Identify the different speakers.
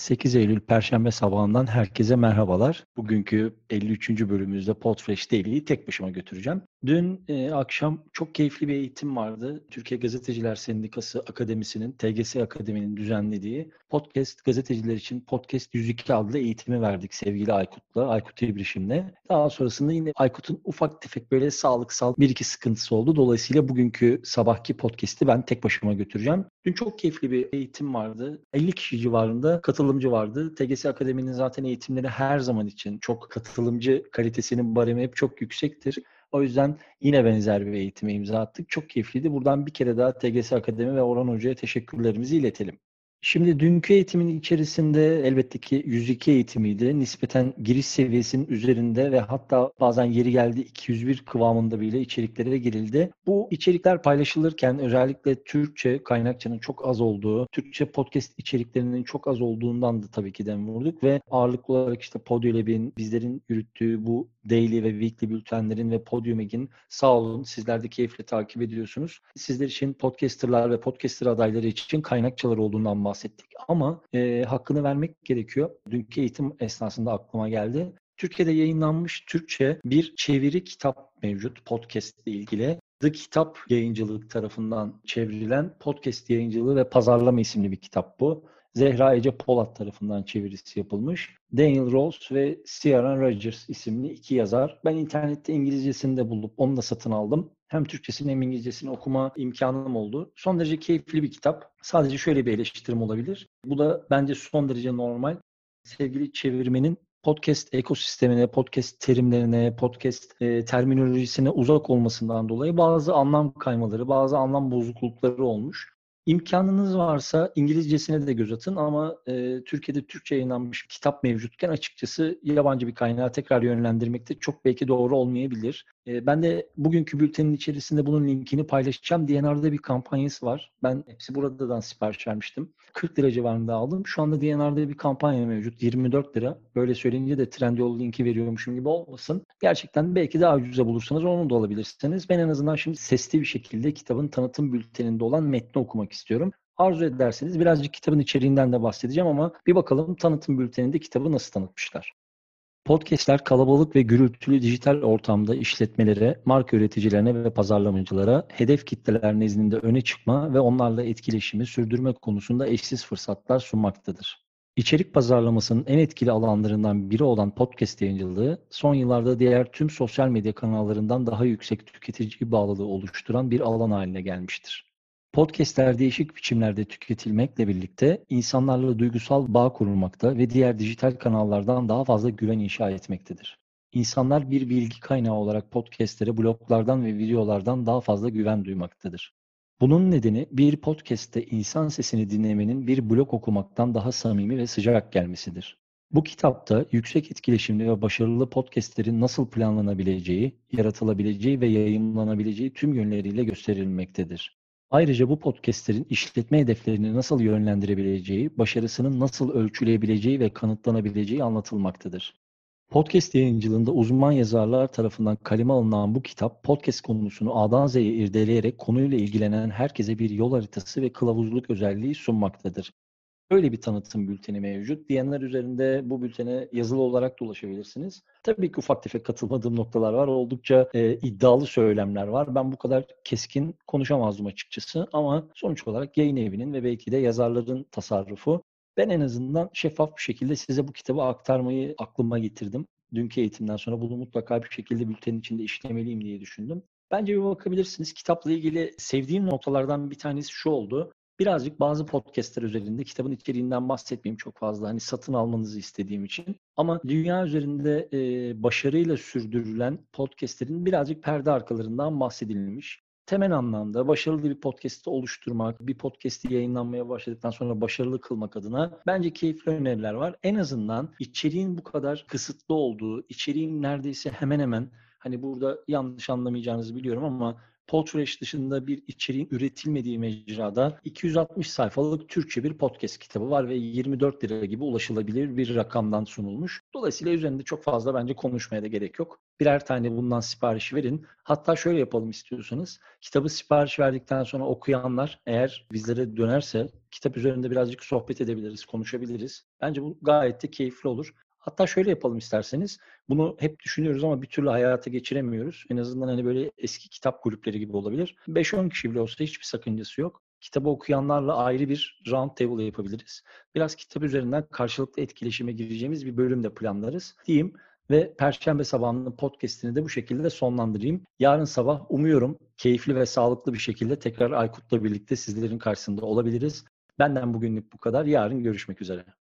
Speaker 1: 8 Eylül Perşembe sabahından herkese merhabalar. Bugünkü 53. bölümümüzde Podfresh Daily'yi tek başıma götüreceğim. Dün akşam çok keyifli bir eğitim vardı. Türkiye Gazeteciler Sendikası Akademisi'nin, TGS Akademi'nin düzenlediği Podcast Gazeteciler için Podcast 102 adlı eğitimi verdik sevgili Aykut'la, Aykut İbrişim'le. Daha sonrasında yine Aykut'un ufak tefek böyle sağlıksal bir iki sıkıntısı oldu. Dolayısıyla bugünkü sabahki podcast'i ben tek başıma götüreceğim. Dün çok keyifli bir eğitim vardı. 50 kişi civarında katılımcı vardı. TGS Akademi'nin zaten eğitimleri her zaman için çok katılımcı kalitesinin baremi hep çok yüksektir. O yüzden yine benzer bir eğitime imza attık. Çok keyifliydi. Buradan bir kere daha TGS Akademi ve Orhan Hoca'ya teşekkürlerimizi iletelim. Şimdi dünkü eğitimin içerisinde elbette ki 102 eğitimiydi. Nispeten giriş seviyesinin üzerinde ve hatta bazen yeri geldi 201 kıvamında bile içeriklere girildi. Bu içerikler paylaşılırken özellikle Türkçe kaynakçanın çok az olduğu, Türkçe podcast içeriklerinin çok az olduğundan da tabii ki dem vurduk ve ağırlıklı olarak işte Podyolab'in bizlerin yürüttüğü bu daily ve weekly bültenlerin ve Podium Eg'in sağ olun sizler de keyifle takip ediyorsunuz. Sizler için podcasterlar ve podcaster adayları için kaynakçalar olduğundan bahsettik ama hakkını vermek gerekiyor. Dünkü eğitim esnasında aklıma geldi. Türkiye'de yayınlanmış Türkçe bir çeviri kitap mevcut podcast ile ilgili. The Kitap Yayıncılık tarafından çevrilen Podcast Yayıncılığı ve Pazarlama isimli bir kitap bu. Zehra Ece Polat tarafından çevirisi yapılmış. Daniel Rose ve Ciaran Rogers isimli iki yazar. Ben internette İngilizcesini de bulup onu da satın aldım. Hem Türkçesini hem İngilizcesini okuma imkanım oldu. Son derece keyifli bir kitap. Sadece şöyle bir eleştirim olabilir. Bu da bence son derece normal. Sevgili çevirmenin podcast ekosistemine, podcast terimlerine, podcast terminolojisine uzak olmasından dolayı bazı anlam kaymaları, bazı anlam bozuklukları olmuş. İmkanınız varsa İngilizcesine de göz atın ama Türkiye'de Türkçe yayınlanmış bir kitap mevcutken açıkçası yabancı bir kaynağa tekrar yönlendirmek de çok belki doğru olmayabilir. Ben de bugünkü bültenin içerisinde bunun linkini paylaşacağım. DNR'da bir kampanyası var. Ben hepsi buradan sipariş vermiştim. 40 lira civarında aldım. Şu anda DNR'da bir kampanya mevcut. 24 lira. Böyle söyleyince de Trendyol linki veriyormuşum gibi olmasın. Gerçekten belki daha ucuza bulursanız onu da alabilirsiniz. Ben en azından şimdi sesli bir şekilde kitabın tanıtım bülteninde olan metni okumak istiyorum. Arzu ederseniz birazcık kitabın içeriğinden de bahsedeceğim ama bir bakalım tanıtım bülteninde kitabı nasıl tanıtmışlar. Podcast'ler kalabalık ve gürültülü dijital ortamda işletmelere, marka üreticilerine ve pazarlamacılara hedef kitleler nezdinde öne çıkma ve onlarla etkileşimi sürdürme konusunda eşsiz fırsatlar sunmaktadır. İçerik pazarlamasının en etkili alanlarından biri olan podcast yayıncılığı, son yıllarda diğer tüm sosyal medya kanallarından daha yüksek tüketici bağlılığı oluşturan bir alan haline gelmiştir. Podcast'ler değişik biçimlerde tüketilmekle birlikte insanlarla duygusal bağ kurulmakta ve diğer dijital kanallardan daha fazla güven inşa etmektedir. İnsanlar bir bilgi kaynağı olarak podcast'lere bloglardan ve videolardan daha fazla güven duymaktadır. Bunun nedeni bir podcast'te insan sesini dinlemenin bir blog okumaktan daha samimi ve sıcak gelmesidir. Bu kitapta yüksek etkileşimli ve başarılı podcast'lerin nasıl planlanabileceği, yaratılabileceği ve yayımlanabileceği tüm yönleriyle gösterilmektedir. Ayrıca bu podcastlerin işletme hedeflerini nasıl yönlendirebileceği, başarısının nasıl ölçülebileceği ve kanıtlanabileceği anlatılmaktadır. Podcast yayıncılığında uzman yazarlar tarafından kaleme alınan bu kitap, podcast konusunu A'dan Z'ye irdeleyerek konuyla ilgilenen herkese bir yol haritası ve kılavuzluk özelliği sunmaktadır. Böyle bir tanıtım bülteni mevcut. Diyenler üzerinde bu bültene yazılı olarak da ulaşabilirsiniz. Tabii ki ufak tefek katılmadığım noktalar var. Oldukça iddialı söylemler var. Ben bu kadar keskin konuşamazdım açıkçası. Ama sonuç olarak yayın evinin ve belki de yazarların tasarrufu. Ben en azından şeffaf bir şekilde size bu kitabı aktarmayı aklıma getirdim. Dünkü eğitimden sonra bunu mutlaka bir şekilde bültenin içinde işlemeliyim diye düşündüm. Bence bir bakabilirsiniz. Kitapla ilgili sevdiğim noktalardan bir tanesi şu oldu. Birazcık bazı podcastler üzerinde kitabın içeriğinden bahsetmeyeyim çok fazla. Hani satın almanızı istediğim için. Ama dünya üzerinde başarıyla sürdürülen podcastlerin birazcık perde arkalarından bahsedilmiş. Temel anlamda başarılı bir podcast'i oluşturmak, bir podcast'i yayınlanmaya başladıktan sonra başarılı kılmak adına bence keyifli öneriler var. En azından içeriğin bu kadar kısıtlı olduğu, içeriğin neredeyse hemen hemen hani burada yanlış anlamayacağınızı biliyorum ama Podfresh dışında bir içeriğin üretilmediği mecrada 260 sayfalık Türkçe bir podcast kitabı var ve 24 lira gibi ulaşılabilir bir rakamdan sunulmuş. Dolayısıyla üzerinde çok fazla bence konuşmaya da gerek yok. Birer tane bundan sipariş verin. Hatta şöyle yapalım istiyorsanız. Kitabı sipariş verdikten sonra okuyanlar eğer bizlere dönerse kitap üzerinde birazcık sohbet edebiliriz, konuşabiliriz. Bence bu gayet de keyifli olur. Hatta şöyle yapalım isterseniz. Bunu hep düşünüyoruz ama bir türlü hayata geçiremiyoruz. En azından hani böyle eski kitap kulüpleri gibi olabilir. 5-10 kişi bile olsa hiçbir sakıncası yok. Kitabı okuyanlarla ayrı bir round table yapabiliriz. Biraz kitap üzerinden karşılıklı etkileşime gireceğimiz bir bölüm de planlarız diyeyim. Ve Perşembe sabahının podcast'ini de bu şekilde sonlandırayım. Yarın sabah umuyorum keyifli ve sağlıklı bir şekilde tekrar Aykut'la birlikte sizlerin karşısında olabiliriz. Benden bugünlük bu kadar. Yarın görüşmek üzere.